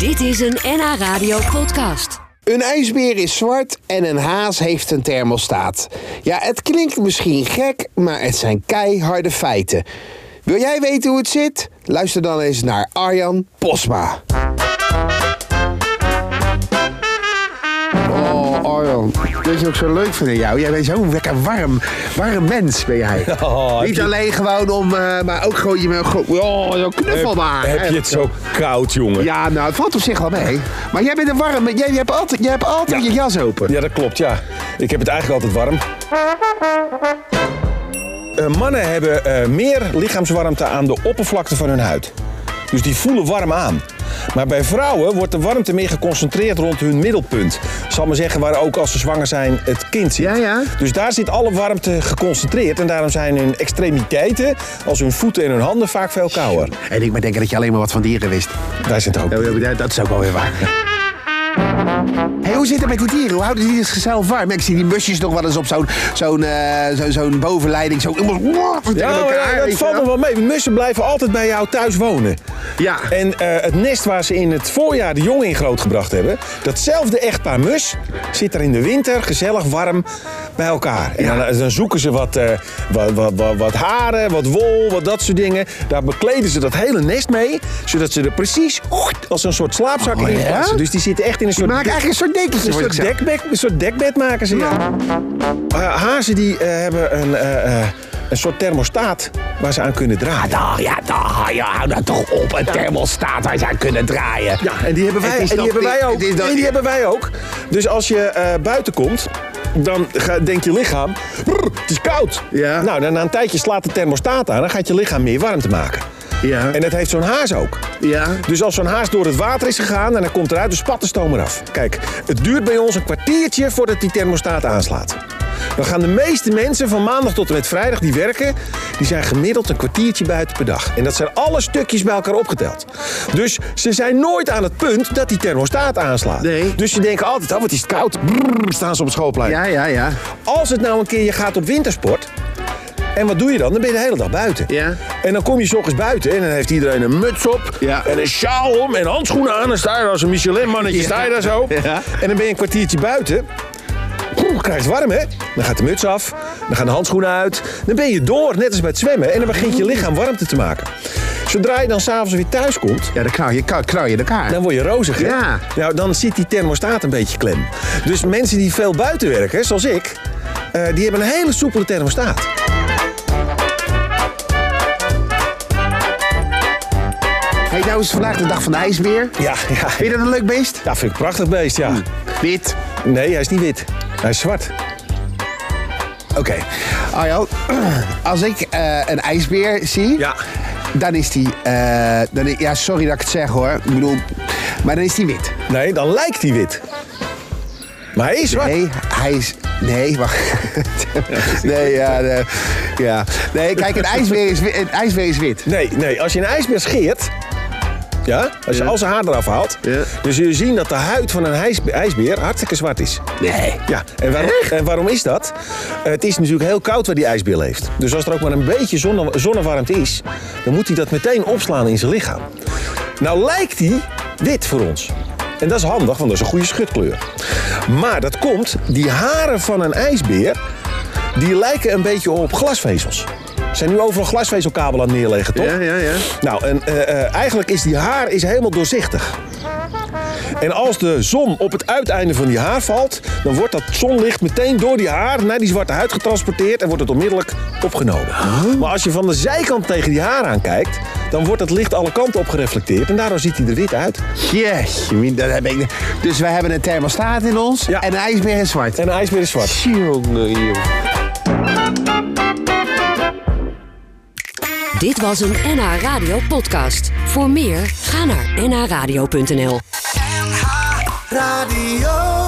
Dit is een NH Radio podcast. Een ijsbeer is zwart en een haas heeft een thermostaat. Ja, het klinkt misschien gek, maar het zijn keiharde feiten. Wil jij weten hoe het zit? Luister dan eens naar Arjan Posma. Oh, Arjan. Weet je ook zo leuk vind aan jou? Jij bent zo'n lekker warm mens, ben jij. Oh, niet alleen gewoon om, maar ook gewoon je zo'n knuffel maar. Heb je het zo koud, jongen? Ja, nou, het valt op zich wel mee. Maar jij bent een warm, jij hebt altijd je jas open. Ja, dat klopt, ja. Ik heb het eigenlijk altijd warm. Mannen hebben meer lichaamswarmte aan de oppervlakte van hun huid. Dus die voelen warm aan. Maar bij vrouwen wordt de warmte meer geconcentreerd rond hun middelpunt. Zal maar zeggen waar ook als ze zwanger zijn het kind zit. Ja. Dus daar zit alle warmte geconcentreerd. En daarom zijn hun extremiteiten, als hun voeten en hun handen, vaak veel kouder. En ik maar denken dat je alleen maar wat van dieren wist. Wij zijn het ook. Dat is ook wel weer waar. Hey, hoe zit het met die dieren? Hoe houden die zichzelf warm? Ik zie die musjes nog wel eens op zo'n bovenleiding. Dat valt nog wel mee. De mussen blijven altijd bij jou thuis wonen. Ja. En het nest waar ze in het voorjaar de jongen in grootgebracht hebben, datzelfde echtpaar mus zit er in de winter gezellig warm bij elkaar. En dan zoeken ze wat haren, wat wol, wat dat soort dingen. Daar bekleden ze dat hele nest mee, zodat ze er precies als een soort slaapzak in passen. Dus die zitten echt in een soort... Die maken eigenlijk een soort dekentje. Een soort dekbed maken ze, ja. Hazen die hebben een soort thermostaat waar ze aan kunnen draaien. Hou dat toch op. Een thermostaat waar ze aan kunnen draaien. Ja, en die hebben wij ook. Dus als je buiten komt, dan denkt je lichaam, het is koud. Ja. Nou, dan na een tijdje slaat de thermostaat aan, dan gaat je lichaam meer warmte maken. Ja. En dat heeft zo'n haas ook. Ja. Dus als zo'n haas door het water is gegaan en dan komt eruit, de spatten stoom eraf. Kijk, het duurt bij ons een kwartiertje voordat die thermostaat aanslaat. Dan gaan de meeste mensen van maandag tot en met vrijdag die werken, die zijn gemiddeld een kwartiertje buiten per dag. En dat zijn alle stukjes bij elkaar opgeteld. Dus ze zijn nooit aan het punt dat die thermostaat aanslaat. Nee. Dus ze denken altijd, wat is het koud? Staan ze op het schoolplein. Ja. Als het nou een keer je gaat op wintersport, en wat doe je dan? Dan ben je de hele dag buiten. Ja. En dan kom je 's ochtends buiten en dan heeft iedereen een muts op. Ja. En een sjaal om en handschoenen aan. En sta je als een Michelin-mannetje, sta je daar zo. Ja. En dan ben je een kwartiertje buiten. Krijg je het warm, hè? Dan gaat de muts af, dan gaan de handschoenen uit. Dan ben je door, net als bij het zwemmen. En dan begint je lichaam warmte te maken. Zodra je dan s'avonds weer thuis komt, Ja, dan knauw je elkaar. dan word je rozig, hè? Ja. Nou, dan zit die thermostaat een beetje klem. Dus mensen die veel buiten werken, zoals ik, die hebben een hele soepele thermostaat. Hey, nou is het vandaag de dag van de ijsbeer. Ja. Vind je dat een leuk beest? Ja, vind ik een prachtig beest, ja. Wit. Nee, hij is niet wit. Hij is zwart. Oké. Arjan, als ik een ijsbeer zie, Ja. dan is die... ja, sorry dat ik het zeg hoor. Ik bedoel, maar dan is die wit. Nee, dan lijkt hij wit. Maar hij is zwart. Nee, hij is... Nee, wacht. Ja. Nee, kijk, een ijsbeer is wit. Nee, als je een ijsbeer scheert, ja, als je al zijn haar eraf haalt, dan zul je zien dat de huid van een ijsbeer hartstikke zwart is. Nee. Ja, en waarom is dat? Het is natuurlijk heel koud waar die ijsbeer leeft. Dus als er ook maar een beetje zonnewarmte is, dan moet hij dat meteen opslaan in zijn lichaam. Nou lijkt hij wit voor ons. En dat is handig, want dat is een goede schutkleur. Maar dat komt, die haren van een ijsbeer, die lijken een beetje op glasvezels. Er zijn nu overal glasvezelkabel aan het neerleggen, toch? Ja. Nou, en eigenlijk is die haar helemaal doorzichtig. En als de zon op het uiteinde van die haar valt, dan wordt dat zonlicht meteen door die haar naar die zwarte huid getransporteerd en wordt het onmiddellijk opgenomen. Maar als je van de zijkant tegen die haar aankijkt, dan wordt het licht alle kanten op gereflecteerd en daardoor ziet hij er wit uit. Jeetje, dat heb ik... Dus wij hebben een thermostaat in ons Ja. en een ijsbeer is zwart. En een ijsbeer is zwart. Jongen. Dit was een NH Radio podcast. Voor meer, ga naar nhradio.nl. NH Radio.